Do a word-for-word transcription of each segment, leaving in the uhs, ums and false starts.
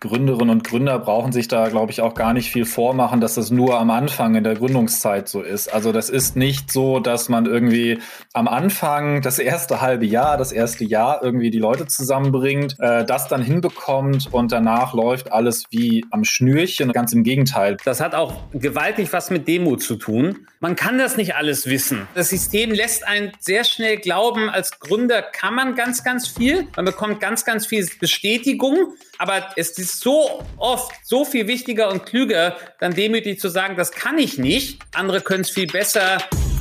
Gründerinnen und Gründer brauchen sich da, glaube ich, auch gar nicht viel vormachen, dass das nur am Anfang in der Gründungszeit so ist. Also das ist nicht so, dass man irgendwie am Anfang das erste halbe Jahr, das erste Jahr irgendwie die Leute zusammenbringt, äh, das dann hinbekommt und danach läuft alles wie am Schnürchen. Ganz im Gegenteil. Das hat auch gewaltig was mit Demut zu tun. Man kann das nicht alles wissen. Das System lässt einen sehr schnell glauben, als Gründer kann man ganz, ganz viel. Man bekommt ganz, ganz viel Bestätigung. Aber es ist so oft so viel wichtiger und klüger, dann demütig zu sagen, das kann ich nicht. Andere können es viel besser.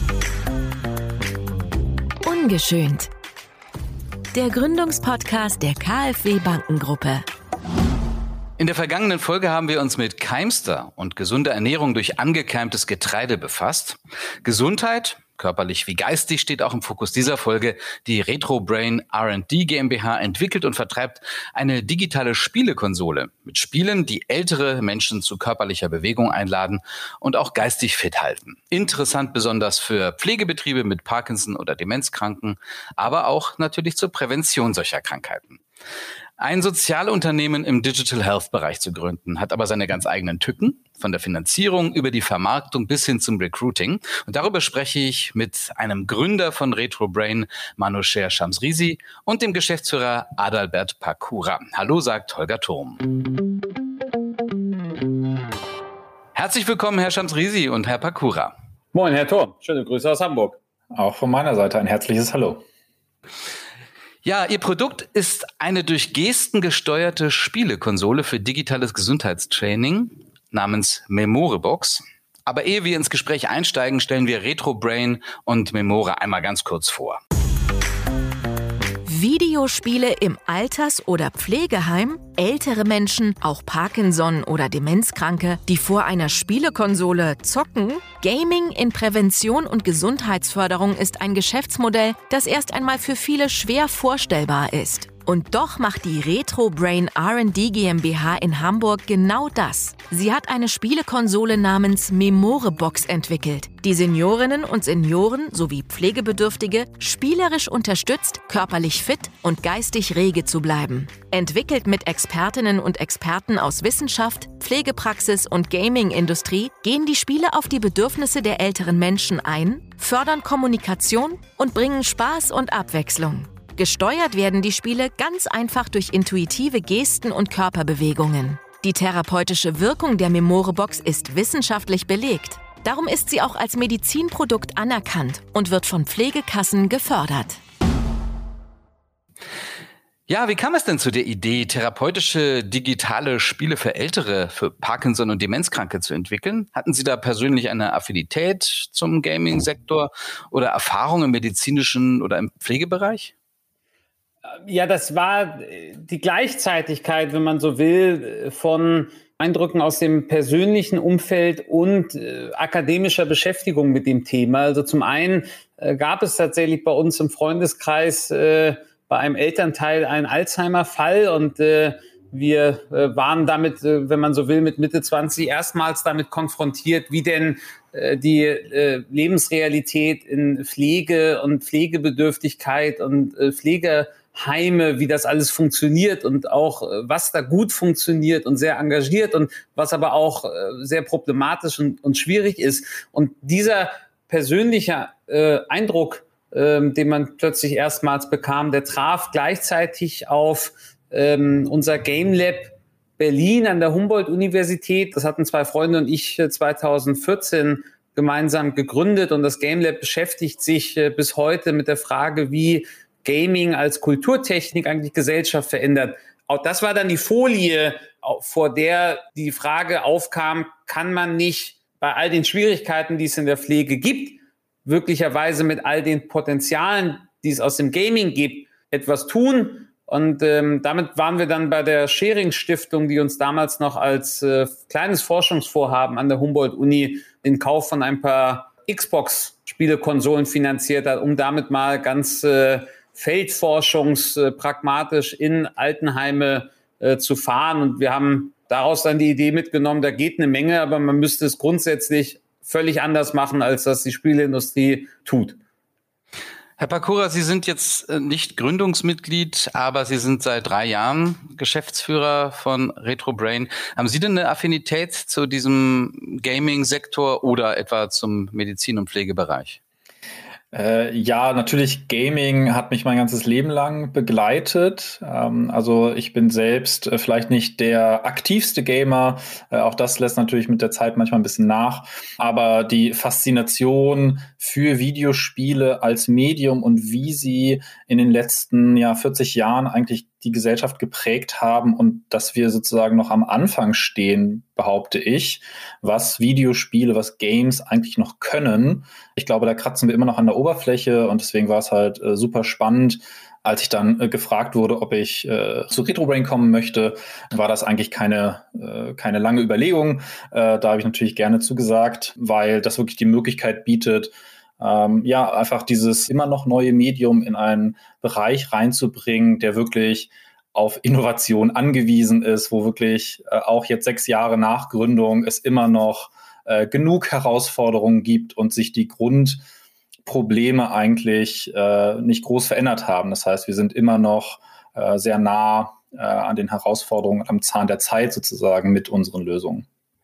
Ungeschönt. Der Gründungspodcast der KfW Bankengruppe. In der vergangenen Folge haben wir uns mit Keimster und gesunder Ernährung durch angekeimtes Getreide befasst. Gesundheit, körperlich wie geistig, steht auch im Fokus dieser Folge. Die Retrobrain R and D GmbH entwickelt und vertreibt eine digitale Spielekonsole mit Spielen, die ältere Menschen zu körperlicher Bewegung einladen und auch geistig fit halten. Interessant besonders für Pflegebetriebe mit Parkinson oder Demenzkranken, aber auch natürlich zur Prävention solcher Krankheiten. Ein Sozialunternehmen im Digital Health Bereich zu gründen, hat aber seine ganz eigenen Tücken, von der Finanzierung über die Vermarktung bis hin zum Recruiting. Und darüber spreche ich mit einem Gründer von Retrobrain, Manoucher Shamsrizi, und dem Geschäftsführer Adalbert Pakura. Hallo, sagt Holger Thurm. Herzlich willkommen, Herr Shamsrizi und Herr Pakura. Moin, Herr Thurm. Schöne Grüße aus Hamburg. Auch von meiner Seite ein herzliches Hallo. Ja, Ihr Produkt ist eine durch Gesten gesteuerte Spielekonsole für digitales Gesundheitstraining namens Memorebox. Aber ehe wir ins Gespräch einsteigen, stellen wir Retrobrain und Memore einmal ganz kurz vor. Videospiele im Alters- oder Pflegeheim, ältere Menschen, auch Parkinson- oder Demenzkranke, die vor einer Spielekonsole zocken. Gaming in Prävention und Gesundheitsförderung ist ein Geschäftsmodell, das erst einmal für viele schwer vorstellbar ist. Und doch macht die Retrobrain R and D GmbH in Hamburg genau das. Sie hat eine Spielekonsole namens Memorebox entwickelt, die Seniorinnen und Senioren sowie Pflegebedürftige spielerisch unterstützt, körperlich fit und geistig rege zu bleiben. Entwickelt mit Expertinnen und Experten aus Wissenschaft, Pflegepraxis und Gaming-Industrie gehen die Spiele auf die Bedürfnisse der älteren Menschen ein, fördern Kommunikation und bringen Spaß und Abwechslung. Gesteuert werden die Spiele ganz einfach durch intuitive Gesten und Körperbewegungen. Die therapeutische Wirkung der Memorebox ist wissenschaftlich belegt. Darum ist sie auch als Medizinprodukt anerkannt und wird von Pflegekassen gefördert. Ja, wie kam es denn zu der Idee, therapeutische digitale Spiele für Ältere, für Parkinson- und Demenzkranke zu entwickeln? Hatten Sie da persönlich eine Affinität zum Gaming-Sektor oder Erfahrung im medizinischen oder im Pflegebereich? Ja, das war die Gleichzeitigkeit, wenn man so will, von Eindrücken aus dem persönlichen Umfeld und äh, akademischer Beschäftigung mit dem Thema. Also zum einen äh, gab es tatsächlich bei uns im Freundeskreis äh, bei einem Elternteil einen Alzheimer-Fall und äh, wir äh, waren damit, äh, wenn man so will, mit Mitte zwanzig erstmals damit konfrontiert, wie denn äh, die äh, Lebensrealität in Pflege und Pflegebedürftigkeit und äh, Pflege Heime, wie das alles funktioniert und auch was da gut funktioniert und sehr engagiert und was aber auch sehr problematisch und, und schwierig ist. Und dieser persönliche äh, Eindruck, äh, den man plötzlich erstmals bekam, der traf gleichzeitig auf ähm, unser Game Lab Berlin an der Humboldt-Universität. Das hatten zwei Freunde und ich zweitausendvierzehn gemeinsam gegründet und das Game Lab beschäftigt sich äh, bis heute mit der Frage, wie Gaming als Kulturtechnik eigentlich Gesellschaft verändert. Auch das war dann die Folie, vor der die Frage aufkam, kann man nicht bei all den Schwierigkeiten, die es in der Pflege gibt, wirklicherweise mit all den Potenzialen, die es aus dem Gaming gibt, etwas tun? Und ähm, damit waren wir dann bei der Sharing-Stiftung, die uns damals noch als äh, kleines Forschungsvorhaben an der Humboldt-Uni den Kauf von ein paar Xbox-Spielekonsolen finanziert hat, um damit mal ganz äh, feldforschungspragmatisch in Altenheime äh, zu fahren. Und wir haben daraus dann die Idee mitgenommen, da geht eine Menge, aber man müsste es grundsätzlich völlig anders machen, als das die Spieleindustrie tut. Herr Pakura, Sie sind jetzt nicht Gründungsmitglied, aber Sie sind seit drei Jahren Geschäftsführer von Retrobrain. Haben Sie denn eine Affinität zu diesem Gaming-Sektor oder etwa zum Medizin- und Pflegebereich? Äh, ja, natürlich, Gaming hat mich mein ganzes Leben lang begleitet. Ähm, also ich bin selbst äh, vielleicht nicht der aktivste Gamer. Äh, auch das lässt natürlich mit der Zeit manchmal ein bisschen nach. Aber die Faszination für Videospiele als Medium und wie sie in den letzten ja, vierzig Jahren eigentlich die Gesellschaft geprägt haben und dass wir sozusagen noch am Anfang stehen, behaupte ich, was Videospiele, was Games eigentlich noch können. Ich glaube, da kratzen wir immer noch an der Oberfläche und deswegen war es halt äh, super spannend. Als ich dann äh, gefragt wurde, ob ich äh, zu Retrobrain kommen möchte, war das eigentlich keine, äh, keine lange Überlegung. Äh, da habe ich natürlich gerne zugesagt, weil das wirklich die Möglichkeit bietet, Ähm, ja, einfach dieses immer noch neue Medium in einen Bereich reinzubringen, der wirklich auf Innovation angewiesen ist, wo wirklich äh, auch jetzt sechs Jahre nach Gründung es immer noch äh, genug Herausforderungen gibt und sich die Grundprobleme eigentlich äh, nicht groß verändert haben. Das heißt, wir sind immer noch äh, sehr nah äh, an den Herausforderungen, am Zahn der Zeit sozusagen mit unseren Lösungen.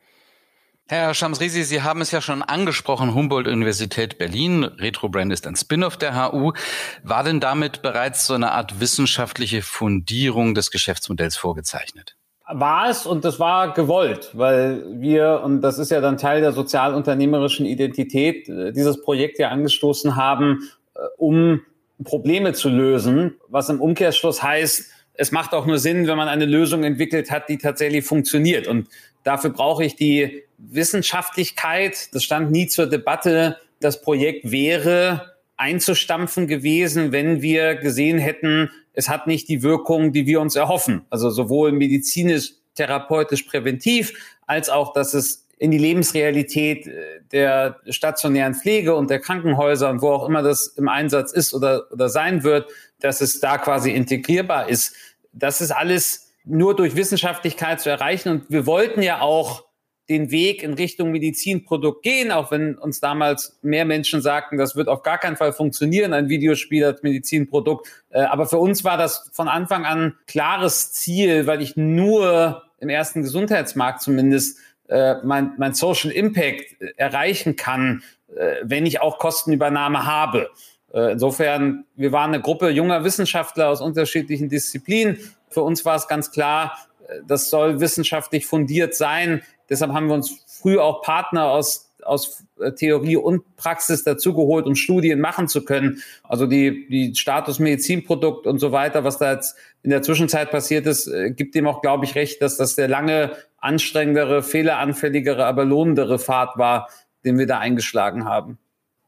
Herr Shamsrizi, Sie haben es ja schon angesprochen, Humboldt-Universität Berlin. Retrobrain ist ein Spin-off der H U. War denn damit bereits so eine Art wissenschaftliche Fundierung des Geschäftsmodells vorgezeichnet? War es, und das war gewollt, weil wir, und das ist ja dann Teil der sozialunternehmerischen Identität, dieses Projekt ja angestoßen haben, um Probleme zu lösen, was im Umkehrschluss heißt, es macht auch nur Sinn, wenn man eine Lösung entwickelt hat, die tatsächlich funktioniert. Und dafür brauche ich die Wissenschaftlichkeit. Das stand nie zur Debatte. Das Projekt wäre einzustampfen gewesen, wenn wir gesehen hätten, es hat nicht die Wirkung, die wir uns erhoffen. Also sowohl medizinisch, therapeutisch, präventiv, als auch, dass es in die Lebensrealität der stationären Pflege und der Krankenhäuser und wo auch immer das im Einsatz ist oder, oder sein wird, dass es da quasi integrierbar ist. Das ist alles nur durch Wissenschaftlichkeit zu erreichen. Und wir wollten ja auch den Weg in Richtung Medizinprodukt gehen, auch wenn uns damals mehr Menschen sagten, das wird auf gar keinen Fall funktionieren, ein Videospiel als Medizinprodukt. Aber für uns war das von Anfang an klares Ziel, weil ich nur im ersten Gesundheitsmarkt zumindest mein, mein Social Impact erreichen kann, wenn ich auch Kostenübernahme habe. Insofern, wir waren eine Gruppe junger Wissenschaftler aus unterschiedlichen Disziplinen. Für uns war es ganz klar, das soll wissenschaftlich fundiert sein. Deshalb haben wir uns früh auch Partner aus, aus Theorie und Praxis dazugeholt, um Studien machen zu können. Also die, die Status Medizinprodukt und so weiter, was da jetzt in der Zwischenzeit passiert ist, gibt dem auch, glaube ich, recht, dass das der lange, anstrengendere, fehleranfälligere, aber lohnendere Pfad war, den wir da eingeschlagen haben.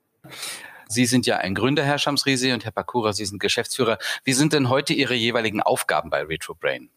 Sie sind ja ein Gründer, Herr Shamsrizi, und Herr Pakura, Sie sind Geschäftsführer. Wie sind denn heute Ihre jeweiligen Aufgaben bei Retrobrain?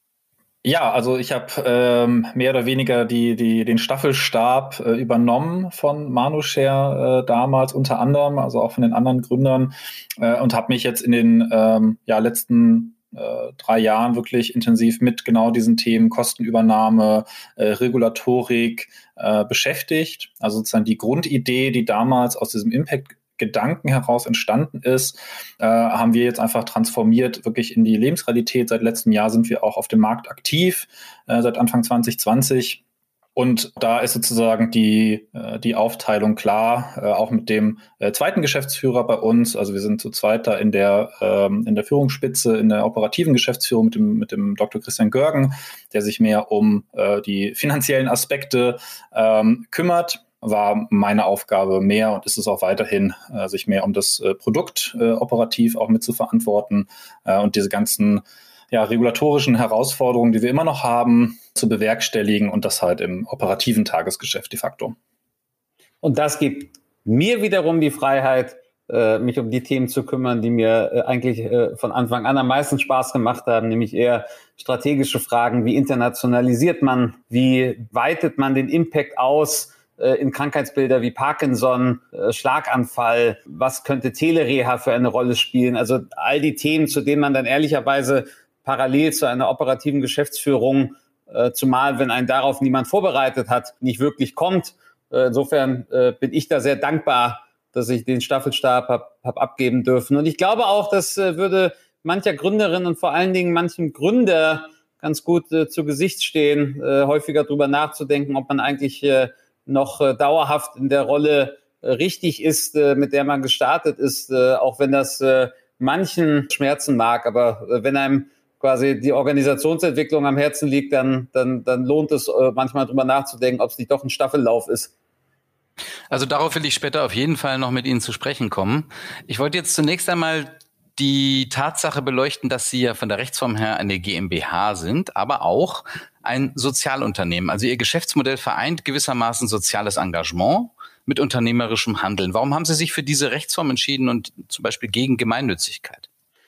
Ja, also ich habe ähm, mehr oder weniger die, die, den Staffelstab äh, übernommen von Manushare äh, damals unter anderem, also auch von den anderen Gründern äh, und habe mich jetzt in den ähm, ja, letzten äh, drei Jahren wirklich intensiv mit genau diesen Themen Kostenübernahme, äh, Regulatorik äh, beschäftigt. Also sozusagen die Grundidee, die damals aus diesem Impact Gedanken heraus entstanden ist, äh, haben wir jetzt einfach transformiert, wirklich in die Lebensrealität. Seit letztem Jahr sind wir auch auf dem Markt aktiv, äh, seit Anfang zwanzig zwanzig. Und da ist sozusagen die, äh, die Aufteilung klar, äh, auch mit dem äh, zweiten Geschäftsführer bei uns. Also wir sind zu zweit da in der, ähm, in der Führungsspitze, in der operativen Geschäftsführung mit dem, mit dem Doktor Christian Görgen, der sich mehr um äh, die finanziellen Aspekte ähm, kümmert. War meine Aufgabe mehr und ist es auch weiterhin, äh, sich mehr um das äh, Produkt äh, operativ auch mit zu verantworten äh, und diese ganzen ja, regulatorischen Herausforderungen, die wir immer noch haben, zu bewerkstelligen und das halt im operativen Tagesgeschäft de facto. Und das gibt mir wiederum die Freiheit, äh, mich um die Themen zu kümmern, die mir äh, eigentlich äh, von Anfang an am meisten Spaß gemacht haben, nämlich eher strategische Fragen, wie internationalisiert man, wie weitet man den Impact aus, in Krankheitsbilder wie Parkinson, Schlaganfall, was könnte Telereha für eine Rolle spielen? Also all die Themen, zu denen man dann ehrlicherweise parallel zu einer operativen Geschäftsführung, zumal wenn einen darauf niemand vorbereitet hat, nicht wirklich kommt. Insofern bin ich da sehr dankbar, dass ich den Staffelstab habe hab abgeben dürfen. Und ich glaube auch, das äh, würde mancher Gründerin und vor allen Dingen manchem Gründer ganz gut äh, zu Gesicht stehen, äh, häufiger drüber nachzudenken, ob man eigentlich äh, noch äh, dauerhaft in der Rolle äh, richtig ist, äh, mit der man gestartet ist, äh, auch wenn das äh, manchen schmerzen mag. Aber äh, wenn einem quasi die Organisationsentwicklung am Herzen liegt, dann, dann, dann lohnt es äh, manchmal drüber nachzudenken, ob es nicht doch ein Staffellauf ist. Also darauf will ich später auf jeden Fall noch mit Ihnen zu sprechen kommen. Ich wollte jetzt zunächst einmal die Tatsache beleuchten, dass Sie ja von der Rechtsform her eine GmbH sind, aber auch ein Sozialunternehmen. Also Ihr Geschäftsmodell vereint gewissermaßen soziales Engagement mit unternehmerischem Handeln. Warum haben Sie sich für diese Rechtsform entschieden und zum Beispiel gegen Gemeinnützigkeit?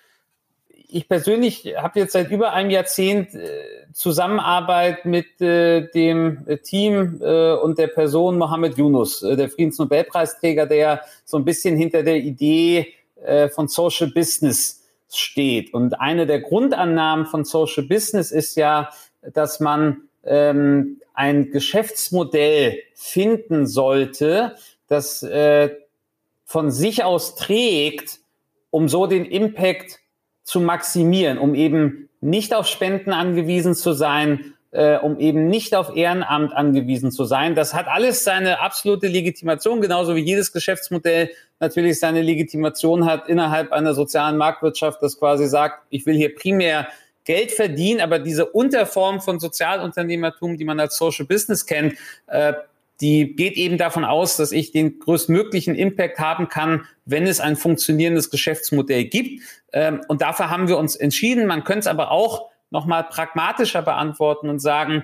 Ich persönlich habe jetzt seit über einem Jahrzehnt äh, Zusammenarbeit mit äh, dem äh, Team äh, und der Person Mohammed Yunus, äh, der Friedensnobelpreisträger, der so ein bisschen hinter der Idee äh, von Social Business steht. Und eine der Grundannahmen von Social Business ist ja, dass man ähm, ein Geschäftsmodell finden sollte, das äh, von sich aus trägt, um so den Impact zu maximieren, um eben nicht auf Spenden angewiesen zu sein, äh, um eben nicht auf Ehrenamt angewiesen zu sein. Das hat alles seine absolute Legitimation, genauso wie jedes Geschäftsmodell natürlich seine Legitimation hat innerhalb einer sozialen Marktwirtschaft, das quasi sagt, ich will hier primär Geld verdienen, aber diese Unterform von Sozialunternehmertum, die man als Social Business kennt, äh, die geht eben davon aus, dass ich den größtmöglichen Impact haben kann, wenn es ein funktionierendes Geschäftsmodell gibt. Und dafür haben wir uns entschieden. Man könnte es aber auch nochmal pragmatischer beantworten und sagen,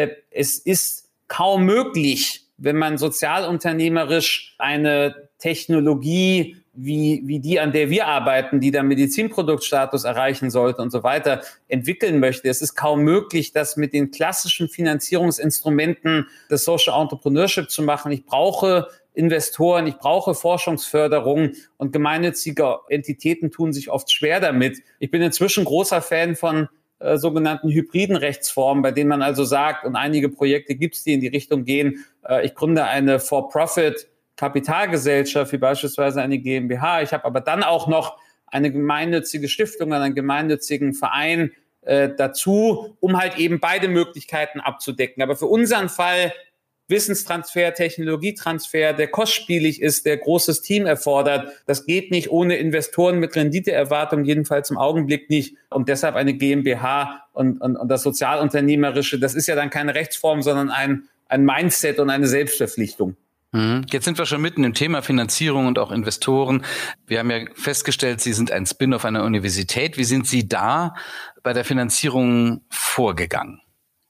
es ist kaum möglich, wenn man sozialunternehmerisch eine Technologie wie, wie die, an der wir arbeiten, die dann Medizinproduktstatus erreichen sollte und so weiter, entwickeln möchte. Es ist kaum möglich, das mit den klassischen Finanzierungsinstrumenten des Social Entrepreneurship zu machen. Ich brauche Investoren, ich brauche Forschungsförderung und gemeinnützige Entitäten tun sich oft schwer damit. Ich bin inzwischen großer Fan von äh, sogenannten hybriden Rechtsformen, bei denen man also sagt, und einige Projekte gibt es, die in die Richtung gehen, äh, ich gründe eine For-Profit Kapitalgesellschaft, wie beispielsweise eine GmbH. Ich habe aber dann auch noch eine gemeinnützige Stiftung, einen gemeinnützigen Verein äh, dazu, um halt eben beide Möglichkeiten abzudecken. Aber für unseren Fall Wissenstransfer, Technologietransfer, der kostspielig ist, der großes Team erfordert. Das geht nicht ohne Investoren mit Renditeerwartung, jedenfalls im Augenblick nicht. Und deshalb eine GmbH und, und, und das Sozialunternehmerische, das ist ja dann keine Rechtsform, sondern ein, ein Mindset und eine Selbstverpflichtung. Jetzt sind wir schon mitten im Thema Finanzierung und auch Investoren. Wir haben ja festgestellt, Sie sind ein Spin-off einer Universität. Wie sind Sie da bei der Finanzierung vorgegangen?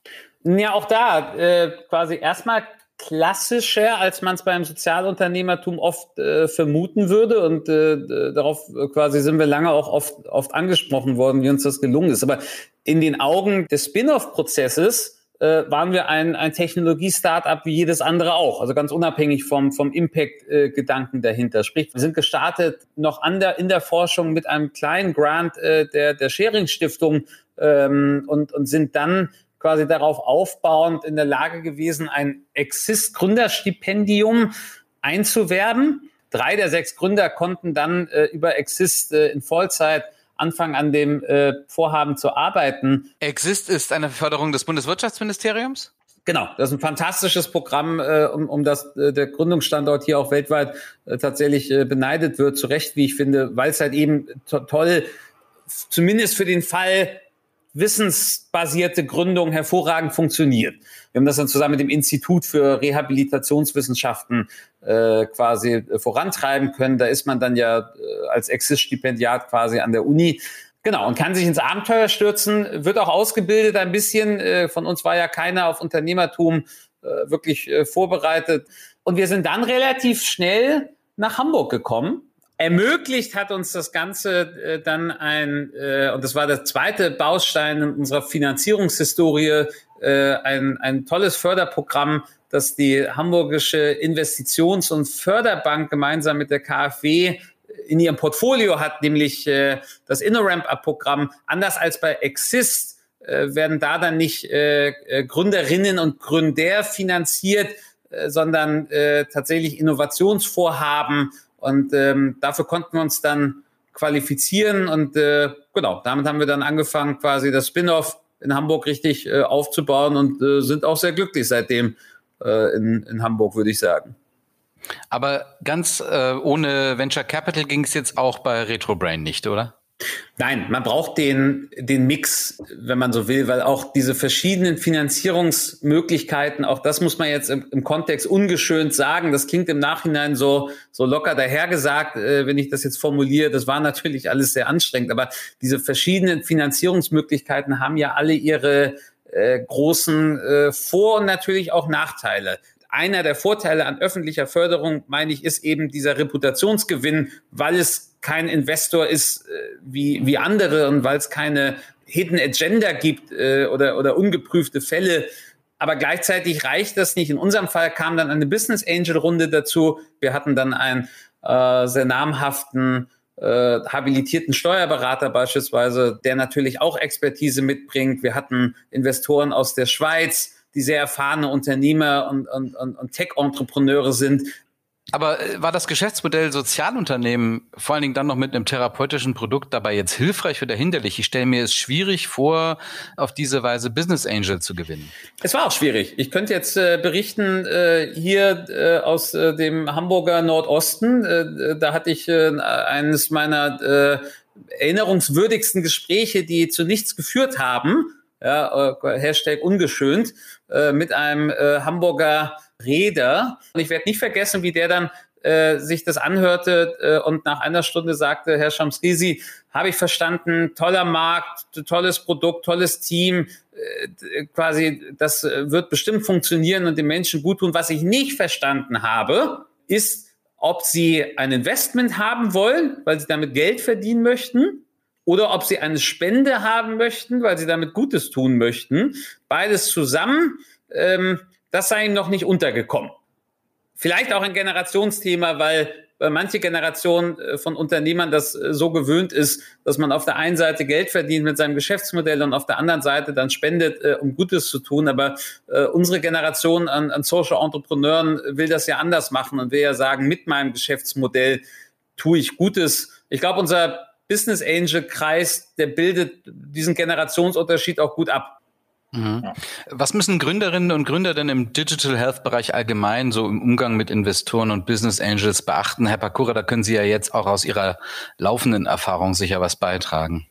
Ja, auch da äh, quasi erstmal klassischer, als man es beim Sozialunternehmertum oft äh, vermuten würde. Und äh, darauf quasi sind wir lange auch oft, oft angesprochen worden, wie uns das gelungen ist. Aber in den Augen des Spin-off-Prozesses waren wir ein, ein Technologie-Startup wie jedes andere auch, also ganz unabhängig vom, vom Impact-Gedanken dahinter. Sprich, wir sind gestartet noch an der, in der Forschung mit einem kleinen Grant äh, der, der Sharing-Stiftung ähm, und, und sind dann quasi darauf aufbauend in der Lage gewesen, ein Exist-Gründerstipendium einzuwerben. Drei der sechs Gründer konnten dann äh, über Exist äh, in Vollzeit anfangen, an dem äh, Vorhaben zu arbeiten. Exist ist eine Förderung des Bundeswirtschaftsministeriums? Genau, das ist ein fantastisches Programm, äh, um, um das äh, der Gründungsstandort hier auch weltweit äh, tatsächlich äh, beneidet wird, zu Recht, wie ich finde, weil es halt eben to- toll, zumindest für den Fall wissensbasierte Gründung hervorragend funktioniert. Wir haben das dann zusammen mit dem Institut für Rehabilitationswissenschaften äh, quasi äh, vorantreiben können. Da ist man dann ja äh, als Exist-Stipendiat quasi an der Uni. Genau, und kann sich ins Abenteuer stürzen, wird auch ausgebildet ein bisschen. Äh, von uns war ja keiner auf Unternehmertum äh, wirklich äh, vorbereitet. Und wir sind dann relativ schnell nach Hamburg gekommen. Ermöglicht hat uns das Ganze äh, dann ein, äh, und das war der zweite Baustein in unserer Finanzierungshistorie, äh, ein, ein tolles Förderprogramm, das die Hamburgische Investitions- und Förderbank gemeinsam mit der KfW in ihrem Portfolio hat, nämlich äh, das InnoRamp-Up-Programm. Anders als bei Exist äh, werden da dann nicht äh, Gründerinnen und Gründer finanziert, äh, sondern äh, tatsächlich Innovationsvorhaben Und ähm, dafür konnten wir uns dann qualifizieren und äh, genau, damit haben wir dann angefangen, quasi das Spin-off in Hamburg richtig äh, aufzubauen und äh, sind auch sehr glücklich seitdem äh, in, in Hamburg, würde ich sagen. Aber ganz äh, ohne Venture Capital ging es jetzt auch bei Retrobrain nicht, oder? Nein, man braucht den, den Mix, wenn man so will, weil auch diese verschiedenen Finanzierungsmöglichkeiten, auch das muss man jetzt im, im Kontext ungeschönt sagen, das klingt im Nachhinein so, so locker dahergesagt, äh, wenn ich das jetzt formuliere, das war natürlich alles sehr anstrengend, aber diese verschiedenen Finanzierungsmöglichkeiten haben ja alle ihre äh, großen äh, Vor- und natürlich auch Nachteile. Einer der Vorteile an öffentlicher Förderung, meine ich, ist eben dieser Reputationsgewinn, weil es kein Investor ist äh, wie, wie andere und weil es keine Hidden Agenda gibt äh, oder, oder ungeprüfte Fälle. Aber gleichzeitig reicht das nicht. In unserem Fall kam dann eine Business Angel Runde dazu. Wir hatten dann einen äh, sehr namhaften, äh, habilitierten Steuerberater beispielsweise, der natürlich auch Expertise mitbringt. Wir hatten Investoren aus der Schweiz, die sehr erfahrene Unternehmer und, und, und, und Tech-Entrepreneure sind. Aber war das Geschäftsmodell Sozialunternehmen vor allen Dingen dann noch mit einem therapeutischen Produkt dabei jetzt hilfreich oder hinderlich? Ich stelle mir es schwierig vor, auf diese Weise Business Angel zu gewinnen. Es war auch schwierig. Ich könnte jetzt äh, berichten äh, hier äh, aus äh, dem Hamburger Nordosten. Äh, da hatte ich äh, eines meiner äh, erinnerungswürdigsten Gespräche, die zu nichts geführt haben. Ja, äh, Hashtag ungeschönt, äh, mit einem äh, Hamburger Reeder. Und ich werde nicht vergessen, wie der dann äh, sich das anhörte äh, und nach einer Stunde sagte, Herr Shamsrizi, habe ich verstanden, toller Markt, tolles Produkt, tolles Team, äh, quasi, das wird bestimmt funktionieren und den Menschen gut tun. Was ich nicht verstanden habe, ist, ob Sie ein Investment haben wollen, weil Sie damit Geld verdienen möchten, oder ob Sie eine Spende haben möchten, weil Sie damit Gutes tun möchten. Beides zusammen, ähm, das sei ihm noch nicht untergekommen. Vielleicht auch ein Generationsthema, weil, weil manche Generation von Unternehmern das so gewöhnt ist, dass man auf der einen Seite Geld verdient mit seinem Geschäftsmodell und auf der anderen Seite dann spendet, äh, um Gutes zu tun. Aber äh, unsere Generation an, an Social Entrepreneuren will das ja anders machen und will ja sagen, mit meinem Geschäftsmodell tue ich Gutes. Ich glaube, unser Business Angel Kreis, der bildet diesen Generationsunterschied auch gut ab. Mhm. Ja. Was müssen Gründerinnen und Gründer denn im Digital Health Bereich allgemein so im Umgang mit Investoren und Business Angels beachten? Herr Pakura, da können Sie ja jetzt auch aus Ihrer laufenden Erfahrung sicher was beitragen.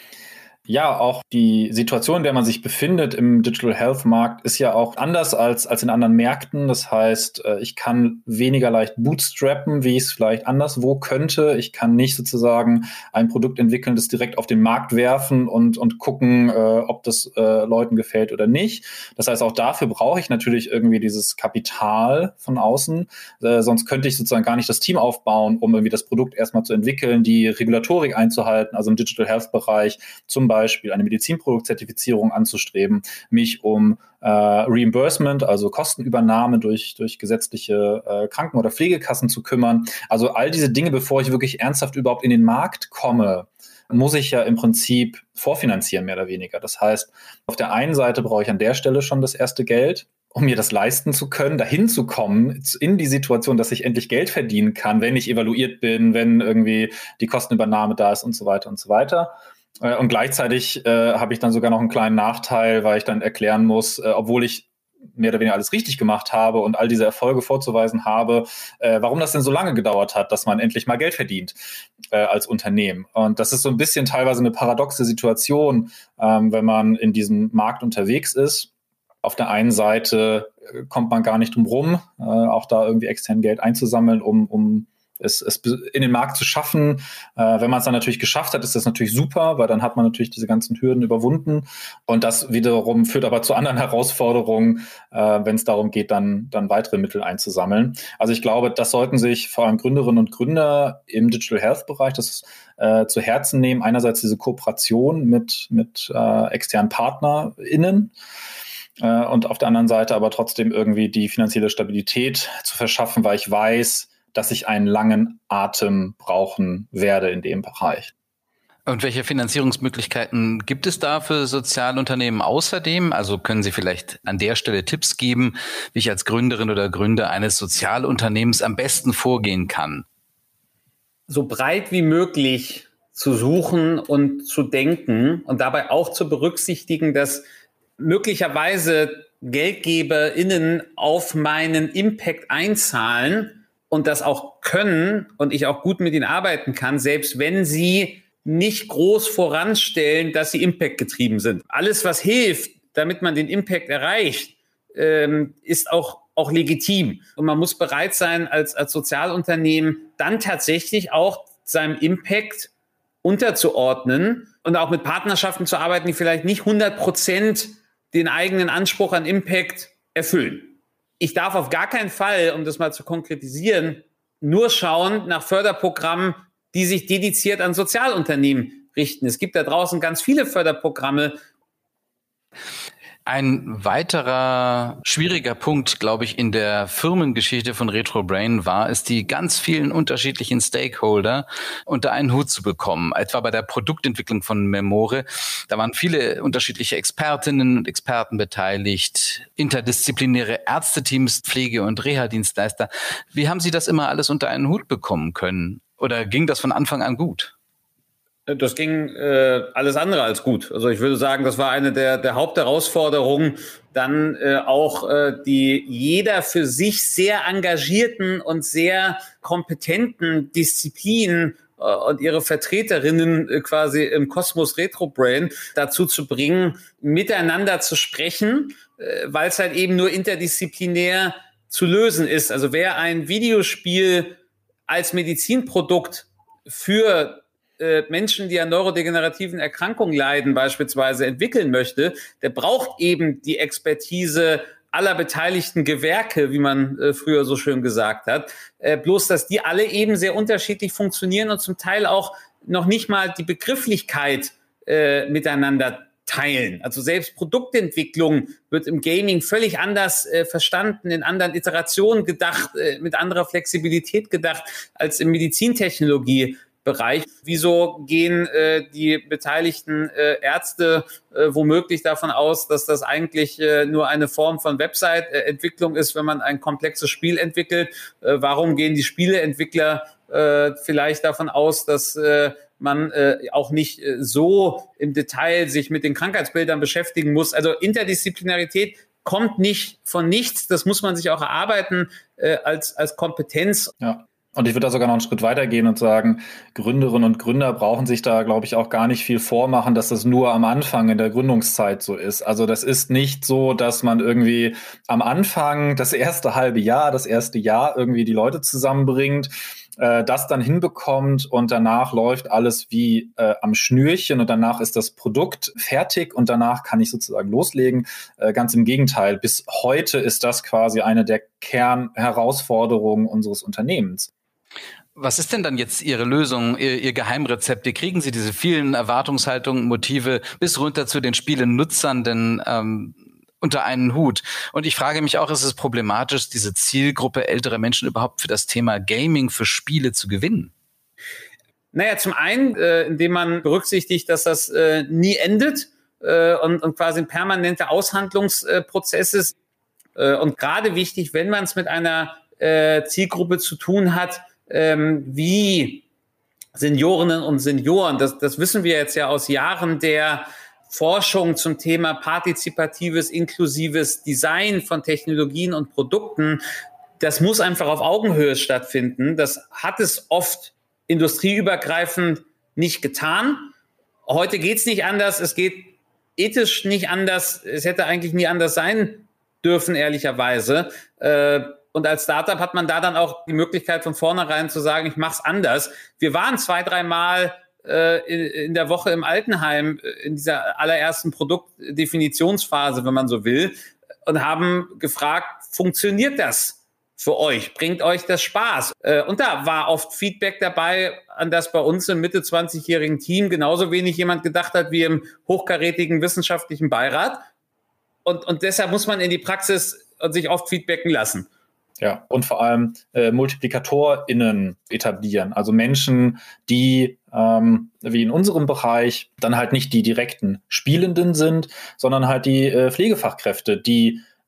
Ja, auch die Situation, in der man sich befindet im Digital Health Markt, ist ja auch anders als, als in anderen Märkten. Das heißt, ich kann weniger leicht bootstrappen, wie ich es vielleicht anderswo könnte. Ich kann nicht sozusagen ein Produkt entwickeln, das direkt auf den Markt werfen und, und gucken, äh, ob das äh, Leuten gefällt oder nicht. Das heißt, auch dafür brauche ich natürlich irgendwie dieses Kapital von außen. Äh, sonst könnte ich sozusagen gar nicht das Team aufbauen, um irgendwie das Produkt erstmal zu entwickeln, die Regulatorik einzuhalten, also im Digital Health Bereich zum Beispiel Beispiel eine Medizinproduktzertifizierung anzustreben, mich um äh, Reimbursement, also Kostenübernahme durch, durch gesetzliche äh, Kranken- oder Pflegekassen zu kümmern. Also all diese Dinge, bevor ich wirklich ernsthaft überhaupt in den Markt komme, muss ich ja im Prinzip vorfinanzieren, mehr oder weniger. Das heißt, auf der einen Seite brauche ich an der Stelle schon das erste Geld, um mir das leisten zu können, dahin zu kommen, in die Situation, dass ich endlich Geld verdienen kann, wenn ich evaluiert bin, wenn irgendwie die Kostenübernahme da ist und so weiter und so weiter. Und gleichzeitig äh, habe ich dann sogar noch einen kleinen Nachteil, weil ich dann erklären muss, äh, obwohl ich mehr oder weniger alles richtig gemacht habe und all diese Erfolge vorzuweisen habe, äh, warum das denn so lange gedauert hat, dass man endlich mal Geld verdient äh, als Unternehmen. Und das ist so ein bisschen teilweise eine paradoxe Situation, ähm, wenn man in diesem Markt unterwegs ist. Auf der einen Seite äh, kommt man gar nicht drum rum, äh, auch da irgendwie extern Geld einzusammeln, um, um Es, es in den Markt zu schaffen. Äh, wenn man es dann natürlich geschafft hat, ist das natürlich super, weil dann hat man natürlich diese ganzen Hürden überwunden. Und das wiederum führt aber zu anderen Herausforderungen, äh, wenn es darum geht, dann, dann weitere Mittel einzusammeln. Also ich glaube, das sollten sich vor allem Gründerinnen und Gründer im Digital Health Bereich das äh, zu Herzen nehmen. Einerseits diese Kooperation mit, mit äh, externen PartnerInnen, äh, und auf der anderen Seite aber trotzdem irgendwie die finanzielle Stabilität zu verschaffen, weil ich weiß, dass ich einen langen Atem brauchen werde in dem Bereich. Und welche Finanzierungsmöglichkeiten gibt es da für Sozialunternehmen außerdem? Also können Sie vielleicht an der Stelle Tipps geben, wie ich als Gründerin oder Gründer eines Sozialunternehmens am besten vorgehen kann? so breit wie möglich zu suchen und zu denken und dabei auch zu berücksichtigen, dass möglicherweise GeldgeberInnen auf meinen Impact einzahlen und das auch können und ich auch gut mit ihnen arbeiten kann, selbst wenn sie nicht groß voranstellen, dass sie Impact getrieben sind. Alles, was hilft, damit man den Impact erreicht, ähm, ist auch, auch legitim. Und man muss bereit sein, als, als Sozialunternehmen dann tatsächlich auch seinem Impact unterzuordnen und auch mit Partnerschaften zu arbeiten, die vielleicht nicht hundert Prozent den eigenen Anspruch an Impact erfüllen. Ich darf auf gar keinen Fall, um das mal zu konkretisieren, nur schauen nach Förderprogrammen, die sich dediziert an Sozialunternehmen richten. Es gibt da draußen ganz viele Förderprogramme. Ein weiterer schwieriger Punkt, glaube ich, in der Firmengeschichte von RetroBrain war es, die ganz vielen unterschiedlichen Stakeholder unter einen Hut zu bekommen. Etwa bei der Produktentwicklung von Memore. Da waren viele unterschiedliche Expertinnen und Experten beteiligt, interdisziplinäre Ärzteteams, Pflege- und Reha-Dienstleister. Wie haben Sie das immer alles unter einen Hut bekommen können? Oder ging das von Anfang an gut? Das ging äh, alles andere als gut. Also ich würde sagen, das war eine der, der Hauptherausforderungen. Dann äh, auch äh, die jeder für sich sehr engagierten und sehr kompetenten Disziplinen äh, und ihre Vertreterinnen äh, quasi im Kosmos RetroBrain dazu zu bringen, miteinander zu sprechen, äh, weil es halt eben nur interdisziplinär zu lösen ist. Also wer ein Videospiel als Medizinprodukt für Menschen, die an neurodegenerativen Erkrankungen leiden, beispielsweise entwickeln möchte, der braucht eben die Expertise aller beteiligten Gewerke, wie man äh, früher so schön gesagt hat. Äh, bloß, dass die alle eben sehr unterschiedlich funktionieren und zum Teil auch noch nicht mal die Begrifflichkeit äh, miteinander teilen. Also selbst Produktentwicklung wird im Gaming völlig anders äh, verstanden, in anderen Iterationen gedacht, äh, mit anderer Flexibilität gedacht als im Medizintechnologie Bereich. Wieso gehen äh, die beteiligten äh, Ärzte äh, womöglich davon aus, dass das eigentlich äh, nur eine Form von Website-Entwicklung ist, wenn man ein komplexes Spiel entwickelt? Äh, warum gehen die Spieleentwickler äh, vielleicht davon aus, dass äh, man äh, auch nicht äh, so im Detail sich mit den Krankheitsbildern beschäftigen muss? Also Interdisziplinarität kommt nicht von nichts. Das muss man sich auch erarbeiten äh, als, als Kompetenz. Ja. Und ich würde da sogar noch einen Schritt weitergehen und sagen, Gründerinnen und Gründer brauchen sich da, glaube ich, auch gar nicht viel vormachen, dass das nur am Anfang in der Gründungszeit so ist. Also das ist nicht so, dass man irgendwie am Anfang das erste halbe Jahr, das erste Jahr irgendwie die Leute zusammenbringt, äh, das dann hinbekommt und danach läuft alles wie äh, am Schnürchen und danach ist das Produkt fertig und danach kann ich sozusagen loslegen. Äh, ganz im Gegenteil, bis heute ist das quasi eine der Kernherausforderungen unseres Unternehmens. Was ist denn dann jetzt Ihre Lösung, Ihr, Ihr Geheimrezept? Wie kriegen Sie diese vielen Erwartungshaltungen, Motive bis runter zu den Spielenutzern denn ähm, unter einen Hut? Und ich frage mich auch, ist es problematisch, diese Zielgruppe ältere Menschen überhaupt für das Thema Gaming, für Spiele zu gewinnen? Naja, zum einen, äh, indem man berücksichtigt, dass das äh, nie endet äh, und, und quasi ein permanenter Aushandlungsprozess ist. Äh, und gerade wichtig, wenn man es mit einer äh, Zielgruppe zu tun hat, Ähm, wie Seniorinnen und Senioren, das, das wissen wir jetzt ja aus Jahren der Forschung zum Thema partizipatives, inklusives Design von Technologien und Produkten, das muss einfach auf Augenhöhe stattfinden. Das hat es oft industrieübergreifend nicht getan. Heute geht es nicht anders, es geht ethisch nicht anders, es hätte eigentlich nie anders sein dürfen, ehrlicherweise. Äh, Und als Startup hat man da dann auch die Möglichkeit von vornherein zu sagen, ich mache es anders. Wir waren zwei, dreimal äh, in, in der Woche im Altenheim in dieser allerersten Produktdefinitionsphase, wenn man so will, und haben gefragt, funktioniert das für euch? Bringt euch das Spaß? Äh, und da war oft Feedback dabei, an das bei uns im Mitte zwanzigjährigen Team genauso wenig jemand gedacht hat wie im hochkarätigen wissenschaftlichen Beirat. Und, und deshalb muss man in die Praxis und sich oft feedbacken lassen. Ja, und vor allem äh, MultiplikatorInnen etablieren. Also Menschen, die, ähm, wie in unserem Bereich, dann halt nicht die direkten Spielenden sind, sondern halt die äh, Pflegefachkräfte, die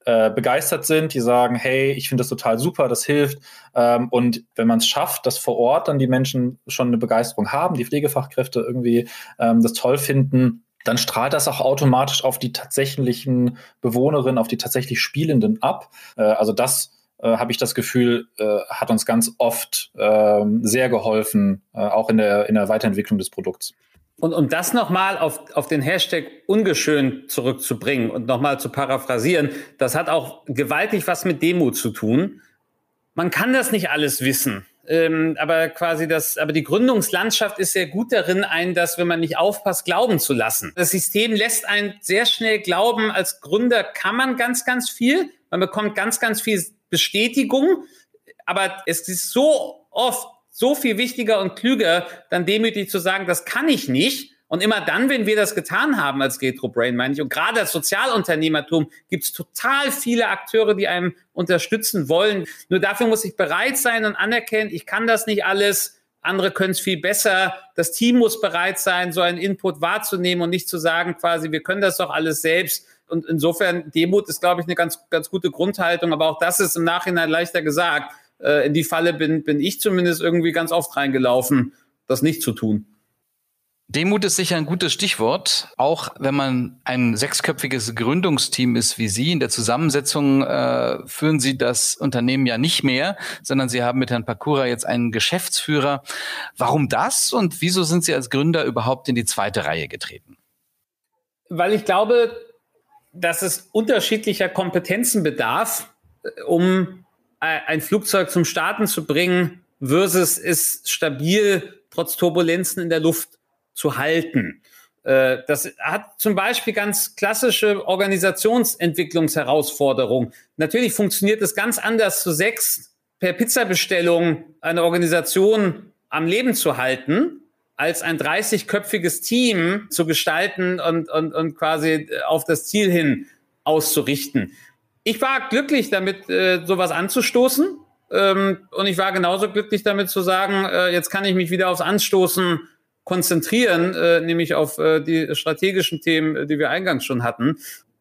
äh, begeistert sind, die sagen, hey, ich finde das total super, das hilft. Ähm, und wenn man es schafft, dass vor Ort dann die Menschen schon eine Begeisterung haben, die Pflegefachkräfte irgendwie ähm, das toll finden, dann strahlt das auch automatisch auf die tatsächlichen Bewohnerinnen, auf die tatsächlich Spielenden ab. Äh, also das äh, habe ich das Gefühl, äh, hat uns ganz oft äh, sehr geholfen, äh, auch in der, in der Weiterentwicklung des Produkts. Und um das nochmal auf, auf den Hashtag ungeschönt zurückzubringen und nochmal zu paraphrasieren, das hat auch gewaltig was mit Demut zu tun. Man kann das nicht alles wissen. Ähm, aber quasi das, aber die Gründungslandschaft ist sehr gut darin, einen das, wenn man nicht aufpasst, glauben zu lassen. Das System lässt einen sehr schnell glauben, als Gründer kann man ganz, ganz viel. Man bekommt ganz, ganz viel Bestätigung. Aber es ist so oft so viel wichtiger und klüger, dann demütig zu sagen, das kann ich nicht. Und immer dann, wenn wir das getan haben als Retro-Brain, meine ich, und gerade als Sozialunternehmertum gibt es total viele Akteure, die einem unterstützen wollen. Nur dafür muss ich bereit sein und anerkennen, ich kann das nicht alles, andere können es viel besser. Das Team muss bereit sein, so einen Input wahrzunehmen und nicht zu sagen quasi, wir können das doch alles selbst. Und insofern, Demut ist, glaube ich, eine ganz, ganz gute Grundhaltung. Aber auch das ist im Nachhinein leichter gesagt. In die Falle bin, bin ich zumindest irgendwie ganz oft reingelaufen, das nicht zu tun. Demut ist sicher ein gutes Stichwort. Auch wenn man ein sechsköpfiges Gründungsteam ist wie Sie, in der Zusammensetzung äh, führen Sie das Unternehmen ja nicht mehr, sondern Sie haben mit Herrn Pakura jetzt einen Geschäftsführer. Warum das und wieso sind Sie als Gründer überhaupt in die zweite Reihe getreten? Weil ich glaube, dass es unterschiedlicher Kompetenzen bedarf, um ein Flugzeug zum Starten zu bringen, versus es stabil trotz Turbulenzen in der Luft zu halten. Das hat zum Beispiel ganz klassische Organisationsentwicklungsherausforderungen. Natürlich funktioniert es ganz anders, zu sechs per Pizzabestellung eine Organisation am Leben zu halten, als ein dreißigköpfiges Team zu gestalten und, und, und quasi auf das Ziel hin auszurichten. Ich war glücklich damit, äh, sowas anzustoßen. Ähm, und ich war genauso glücklich damit zu sagen, äh, jetzt kann ich mich wieder aufs Anstoßen konzentrieren, äh, nämlich auf äh, die strategischen Themen, die wir eingangs schon hatten.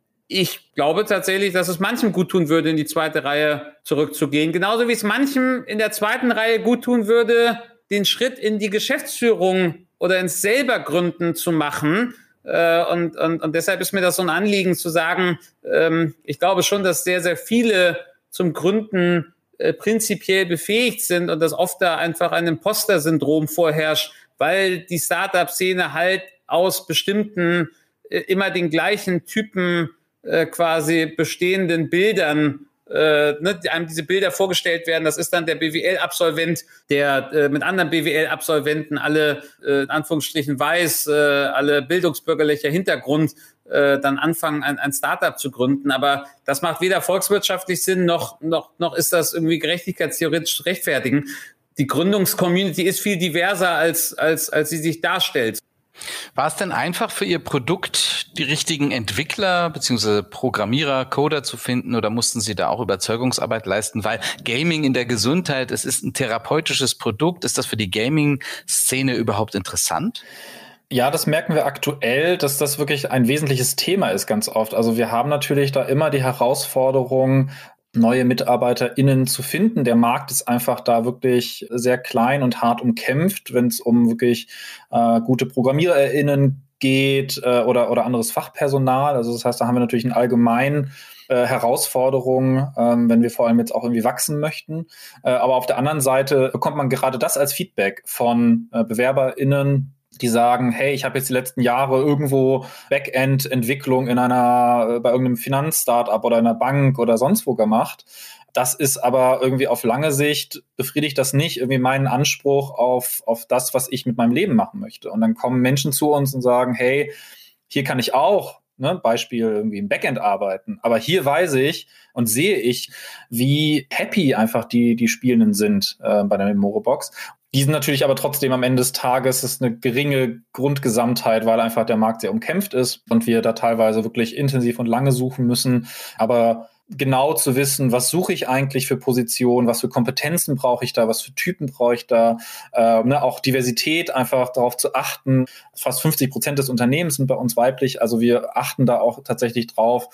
Ich glaube tatsächlich, dass es manchem gut tun würde, in die zweite Reihe zurückzugehen. Genauso wie es manchem in der zweiten Reihe gut tun würde, den Schritt in die Geschäftsführung oder ins Selbergründen zu machen. Und, und, und deshalb ist mir das so ein Anliegen zu sagen, ähm, ich glaube schon, dass sehr, sehr viele zum Gründen äh, prinzipiell befähigt sind und dass oft da einfach ein Imposter-Syndrom vorherrscht, weil die Startup-Szene halt aus bestimmten, äh, immer den gleichen Typen äh, quasi bestehenden Bildern Äh, ne, einem diese Bilder vorgestellt werden. Das ist dann der B W L-Absolvent, der äh, mit anderen B W L-Absolventen alle, äh, in Anführungsstrichen weiß, äh, alle bildungsbürgerlicher Hintergrund, äh, dann anfangen, ein, ein Startup zu gründen. Aber das macht weder volkswirtschaftlich Sinn, noch, noch, noch ist das irgendwie gerechtigkeitstheoretisch zu rechtfertigen. Die Gründungscommunity ist viel diverser, als, als, als sie sich darstellt. War es denn einfach für Ihr Produkt, die richtigen Entwickler bzw. Programmierer, Coder zu finden oder mussten Sie da auch Überzeugungsarbeit leisten? Weil Gaming in der Gesundheit, es ist ein therapeutisches Produkt. Ist das für die Gaming-Szene überhaupt interessant? Ja, das merken wir aktuell, dass das wirklich ein wesentliches Thema ist ganz oft. Also wir haben natürlich da immer die Herausforderung, neue MitarbeiterInnen zu finden. Der Markt ist einfach da wirklich sehr klein und hart umkämpft, wenn es um wirklich äh, gute ProgrammiererInnen geht äh, oder, oder anderes Fachpersonal. Also das heißt, da haben wir natürlich eine allgemeine äh, Herausforderung, ähm, wenn wir vor allem jetzt auch irgendwie wachsen möchten. Äh, aber auf der anderen Seite bekommt man gerade das als Feedback von äh, BewerberInnen, die sagen, hey, ich habe jetzt die letzten Jahre irgendwo Backend-Entwicklung in einer, bei irgendeinem Finanz-Startup oder einer Bank oder sonst wo gemacht. Das ist aber irgendwie auf lange Sicht befriedigt das nicht irgendwie meinen Anspruch auf, auf das, was ich mit meinem Leben machen möchte. Und dann kommen Menschen zu uns und sagen, hey, hier kann ich auch, ne, Beispiel irgendwie im Backend arbeiten. Aber hier weiß ich und sehe ich, wie happy einfach die, die Spielenden sind äh, bei der Memorobox. Die sind natürlich aber trotzdem am Ende des Tages ist eine geringe Grundgesamtheit, weil einfach der Markt sehr umkämpft ist und wir da teilweise wirklich intensiv und lange suchen müssen. Aber genau zu wissen, was suche ich eigentlich für Positionen, was für Kompetenzen brauche ich da, was für Typen brauche ich da, äh, ne, auch Diversität, einfach darauf zu achten. Fast fünfzig Prozent des Unternehmens sind bei uns weiblich, also wir achten da auch tatsächlich drauf,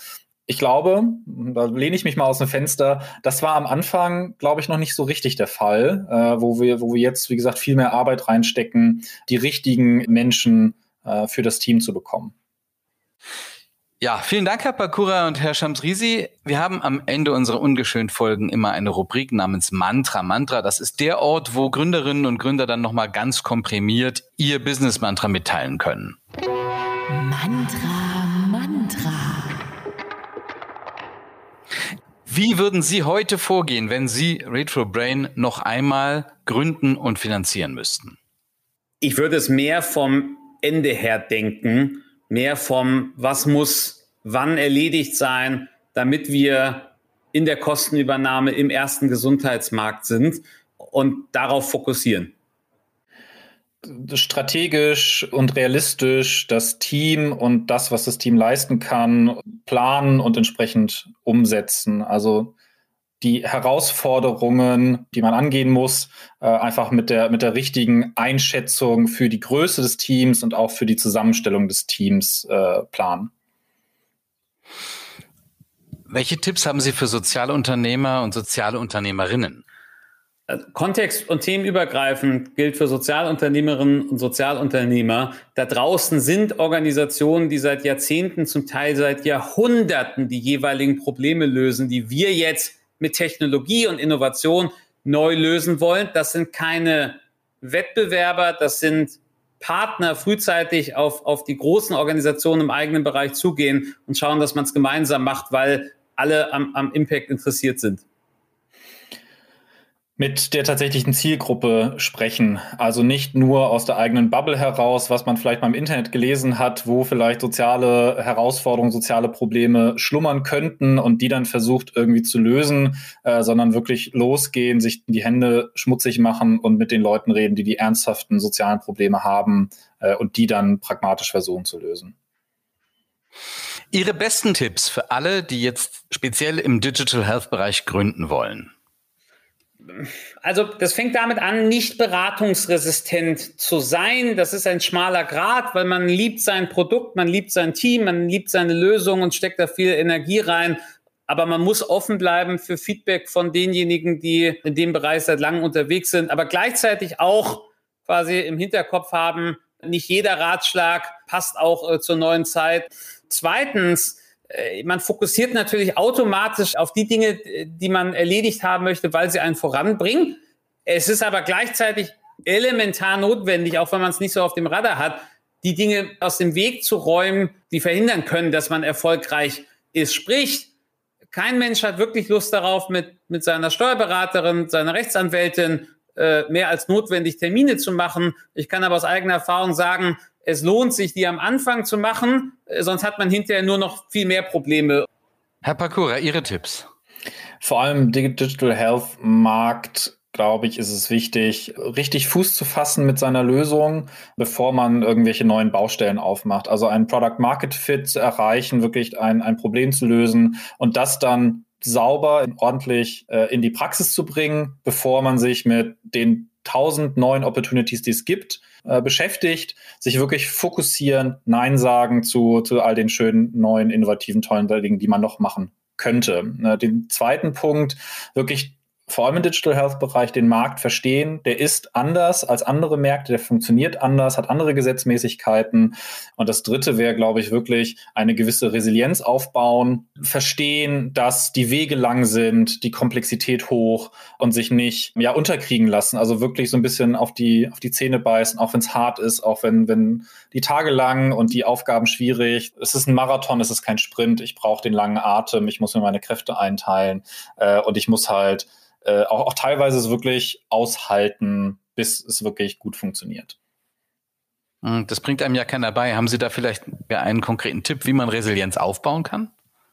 Ich glaube, da lehne ich mich mal aus dem Fenster, das war am Anfang, glaube ich, noch nicht so richtig der Fall, äh, wo wir, wo wir jetzt, wie gesagt, viel mehr Arbeit reinstecken, die richtigen Menschen äh, für das Team zu bekommen. Ja, vielen Dank, Herr Pakura und Herr Shamsrizi. Wir haben am Ende unserer ungeschönt Folgen immer eine Rubrik namens Mantra. Mantra, das ist der Ort, wo Gründerinnen und Gründer dann nochmal ganz komprimiert ihr Business-Mantra mitteilen können. Mantra, Mantra. Wie würden Sie heute vorgehen, wenn Sie Retrobrain noch einmal gründen und finanzieren müssten? Ich würde es mehr vom Ende her denken, mehr vom, was muss wann erledigt sein, damit wir in der Kostenübernahme im ersten Gesundheitsmarkt sind und darauf fokussieren. Strategisch und realistisch das Team und das, was das Team leisten kann, planen und entsprechend umsetzen. Also die Herausforderungen, die man angehen muss, äh, einfach mit der, mit der richtigen Einschätzung für die Größe des Teams und auch für die Zusammenstellung des Teams äh, planen. Welche Tipps haben Sie für Sozialunternehmer und soziale Unternehmerinnen? Kontext- und themenübergreifend gilt für Sozialunternehmerinnen und Sozialunternehmer. Da draußen sind Organisationen, die seit Jahrzehnten, zum Teil seit Jahrhunderten die jeweiligen Probleme lösen, die wir jetzt mit Technologie und Innovation neu lösen wollen. Das sind keine Wettbewerber, das sind Partner, frühzeitig auf, auf die großen Organisationen im eigenen Bereich zugehen und schauen, dass man es gemeinsam macht, weil alle am, am Impact interessiert sind. Mit der tatsächlichen Zielgruppe sprechen. Also nicht nur aus der eigenen Bubble heraus, was man vielleicht mal im Internet gelesen hat, wo vielleicht soziale Herausforderungen, soziale Probleme schlummern könnten und die dann versucht irgendwie zu lösen, äh, sondern wirklich losgehen, sich die Hände schmutzig machen und mit den Leuten reden, die die ernsthaften sozialen Probleme haben äh, und die dann pragmatisch versuchen zu lösen. Ihre besten Tipps für alle, die jetzt speziell im Digital Health Bereich gründen wollen? Also das fängt damit an, nicht beratungsresistent zu sein. Das ist ein schmaler Grat, weil man liebt sein Produkt, man liebt sein Team, man liebt seine Lösung und steckt da viel Energie rein. Aber man muss offen bleiben für Feedback von denjenigen, die in dem Bereich seit langem unterwegs sind, aber gleichzeitig auch quasi im Hinterkopf haben, nicht jeder Ratschlag passt auch äh, zur neuen Zeit. Zweitens, man fokussiert natürlich automatisch auf die Dinge, die man erledigt haben möchte, weil sie einen voranbringen. Es ist aber gleichzeitig elementar notwendig, auch wenn man es nicht so auf dem Radar hat, die Dinge aus dem Weg zu räumen, die verhindern können, dass man erfolgreich ist. Sprich, kein Mensch hat wirklich Lust darauf, mit, mit seiner Steuerberaterin, seiner Rechtsanwältin äh, mehr als notwendig Termine zu machen. Ich kann aber aus eigener Erfahrung sagen, es lohnt sich, die am Anfang zu machen, sonst hat man hinterher nur noch viel mehr Probleme. Herr Pakura, Ihre Tipps? Vor allem im Digital Health Markt, glaube ich, ist es wichtig, richtig Fuß zu fassen mit seiner Lösung, bevor man irgendwelche neuen Baustellen aufmacht. Also einen Product Market Fit zu erreichen, wirklich ein, ein Problem zu lösen und das dann sauber, ordentlich äh, in die Praxis zu bringen, bevor man sich mit den tausend neuen Opportunities, die es gibt, äh, beschäftigt, sich wirklich fokussieren, Nein sagen zu, zu all den schönen, neuen, innovativen, tollen Dingen, die man noch machen könnte. Äh, den zweiten Punkt, wirklich vor allem im Digital Health Bereich den Markt verstehen. Der ist anders als andere Märkte, der funktioniert anders, hat andere Gesetzmäßigkeiten. Und das dritte wäre, glaube ich, wirklich eine gewisse Resilienz aufbauen, verstehen, dass die Wege lang sind, die Komplexität hoch und sich nicht ja unterkriegen lassen. Also wirklich so ein bisschen auf die, auf die Zähne beißen, auch wenn es hart ist, auch wenn, wenn die Tage lang und die Aufgaben schwierig. Es ist ein Marathon, es ist kein Sprint. Ich brauche den langen Atem, ich muss mir meine Kräfte einteilen äh, und ich muss halt Äh, auch, auch teilweise es wirklich aushalten, bis es wirklich gut funktioniert. Das bringt einem ja keiner bei. Haben Sie da vielleicht einen konkreten Tipp, wie man Resilienz aufbauen kann?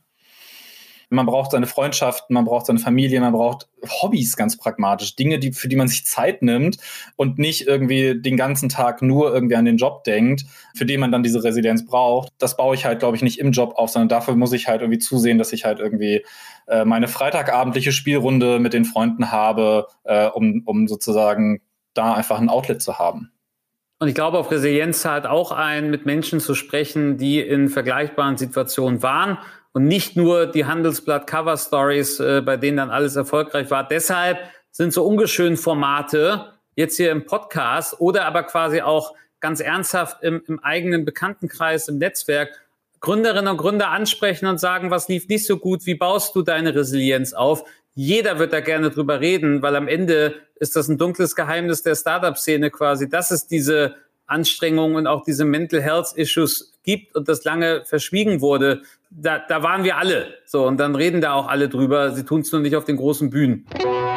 Man braucht seine Freundschaften, man braucht seine Familie, man braucht Hobbys ganz pragmatisch. Dinge, die, für die man sich Zeit nimmt und nicht irgendwie den ganzen Tag nur irgendwie an den Job denkt, für den man dann diese Resilienz braucht. Das baue ich halt, glaube ich, nicht im Job auf, sondern dafür muss ich halt irgendwie zusehen, dass ich halt irgendwie äh, meine freitagabendliche Spielrunde mit den Freunden habe, äh, um, um sozusagen da einfach ein Outlet zu haben. Und ich glaube, auf Resilienz zahlt auch ein, mit Menschen zu sprechen, die in vergleichbaren Situationen waren und nicht nur die Handelsblatt-Cover-Stories, äh, bei denen dann alles erfolgreich war. Deshalb sind so ungeschöne Formate jetzt hier im Podcast oder aber quasi auch ganz ernsthaft im, im eigenen Bekanntenkreis, im Netzwerk, Gründerinnen und Gründer ansprechen und sagen, was lief nicht so gut, wie baust du deine Resilienz auf? Jeder wird da gerne drüber reden, weil am Ende ist das ein dunkles Geheimnis der Startup-Szene quasi, dass es diese Anstrengungen und auch diese Mental Health Issues gibt und das lange verschwiegen wurde. Da, da waren wir alle. So, und dann reden da auch alle drüber. Sie tun es nur nicht auf den großen Bühnen.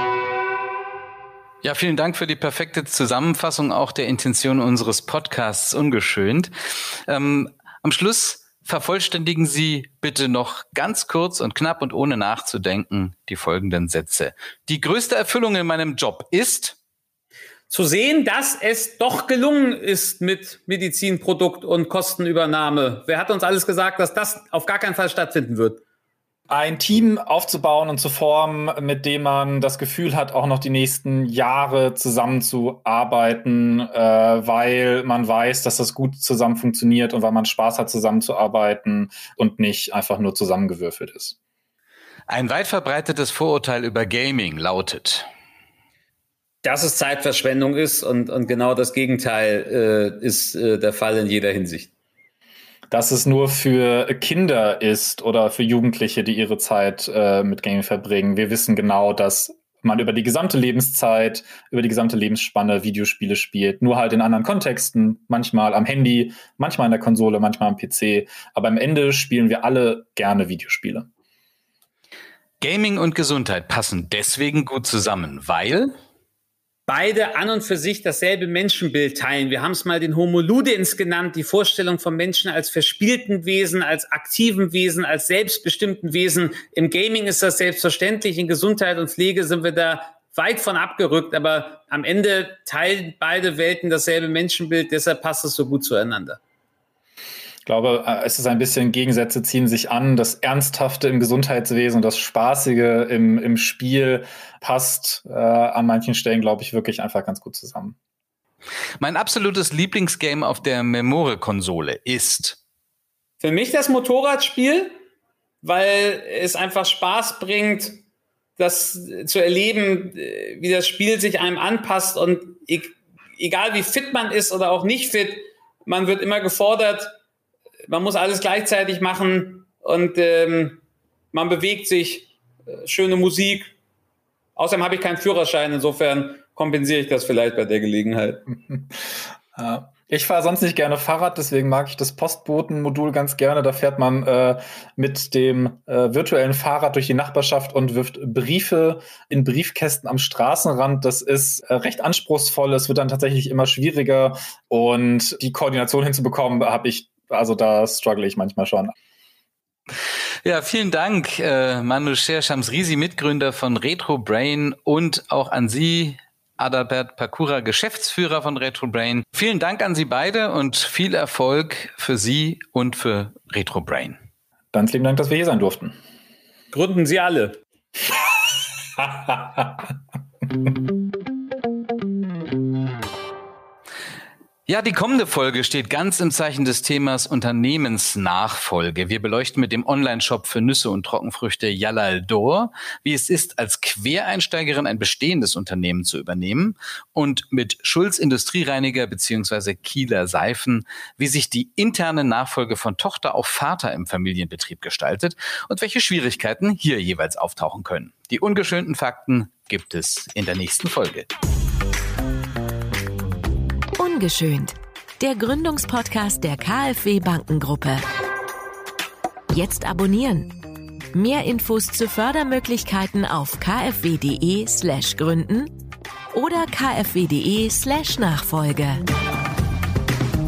Ja, vielen Dank für die perfekte Zusammenfassung auch der Intention unseres Podcasts Ungeschönt. Ähm, am Schluss vervollständigen Sie bitte noch ganz kurz und knapp und ohne nachzudenken die folgenden Sätze. Die größte Erfüllung in meinem Job ist zu sehen, dass es doch gelungen ist mit Medizinprodukt und Kostenübernahme. Wer hat uns alles gesagt, dass das auf gar keinen Fall stattfinden wird? Ein Team aufzubauen und zu formen, mit dem man das Gefühl hat, auch noch die nächsten Jahre zusammenzuarbeiten, äh, weil man weiß, dass das gut zusammen funktioniert und weil man Spaß hat, zusammenzuarbeiten und nicht einfach nur zusammengewürfelt ist. Ein weit verbreitetes Vorurteil über Gaming lautet, dass es Zeitverschwendung ist und, und genau das Gegenteil äh, ist äh, der Fall in jeder Hinsicht. Dass es nur für Kinder ist oder für Jugendliche, die ihre Zeit äh, mit Gaming verbringen. Wir wissen genau, dass man über die gesamte Lebenszeit, über die gesamte Lebensspanne Videospiele spielt. Nur halt in anderen Kontexten, manchmal am Handy, manchmal in der Konsole, manchmal am P C. Aber am Ende spielen wir alle gerne Videospiele. Gaming und Gesundheit passen deswegen gut zusammen, weil beide an und für sich dasselbe Menschenbild teilen. Wir haben es mal den Homo Ludens genannt, die Vorstellung von Menschen als verspielten Wesen, als aktiven Wesen, als selbstbestimmten Wesen. Im Gaming ist das selbstverständlich, in Gesundheit und Pflege sind wir da weit von abgerückt, aber am Ende teilen beide Welten dasselbe Menschenbild, deshalb passt es so gut zueinander. Ich glaube, es ist ein bisschen, Gegensätze ziehen sich an. Das Ernsthafte im Gesundheitswesen und das Spaßige im, im Spiel passt äh, an manchen Stellen, glaube ich, wirklich einfach ganz gut zusammen. Mein absolutes Lieblingsgame auf der Memore-Konsole ist für mich das Motorradspiel, weil es einfach Spaß bringt, das zu erleben, wie das Spiel sich einem anpasst und e- egal wie fit man ist oder auch nicht fit, man wird immer gefordert, man muss alles gleichzeitig machen und ähm, man bewegt sich, äh, schöne Musik. Außerdem habe ich keinen Führerschein, insofern kompensiere ich das vielleicht bei der Gelegenheit. Ich fahre sonst nicht gerne Fahrrad, deswegen mag ich das Postbotenmodul ganz gerne. Da fährt man äh, mit dem äh, virtuellen Fahrrad durch die Nachbarschaft und wirft Briefe in Briefkästen am Straßenrand. Das ist äh, recht anspruchsvoll. Es wird dann tatsächlich immer schwieriger und die Koordination hinzubekommen, habe ich Also da struggle ich manchmal schon. Ja, vielen Dank, äh, Manouchehr Shamsrizi, Mitgründer von RetroBrain und auch an Sie, Adalbert Pakura, Geschäftsführer von RetroBrain. Vielen Dank an Sie beide und viel Erfolg für Sie und für RetroBrain. Ganz lieben Dank, dass wir hier sein durften. Gründen Sie alle. Ja, die kommende Folge steht ganz im Zeichen des Themas Unternehmensnachfolge. Wir beleuchten mit dem Online-Shop für Nüsse und Trockenfrüchte Yalal Dor, wie es ist, als Quereinsteigerin ein bestehendes Unternehmen zu übernehmen, und mit Schulz Industriereiniger bzw. Kieler Seifen, wie sich die interne Nachfolge von Tochter auf Vater im Familienbetrieb gestaltet und welche Schwierigkeiten hier jeweils auftauchen können. Die ungeschönten Fakten gibt es in der nächsten Folge. Ungeschönt, der Gründungspodcast der K f W Bankengruppe. Jetzt abonnieren. Mehr Infos zu Fördermöglichkeiten auf kfw.de slash gründen oder kfw.de slash Nachfolge.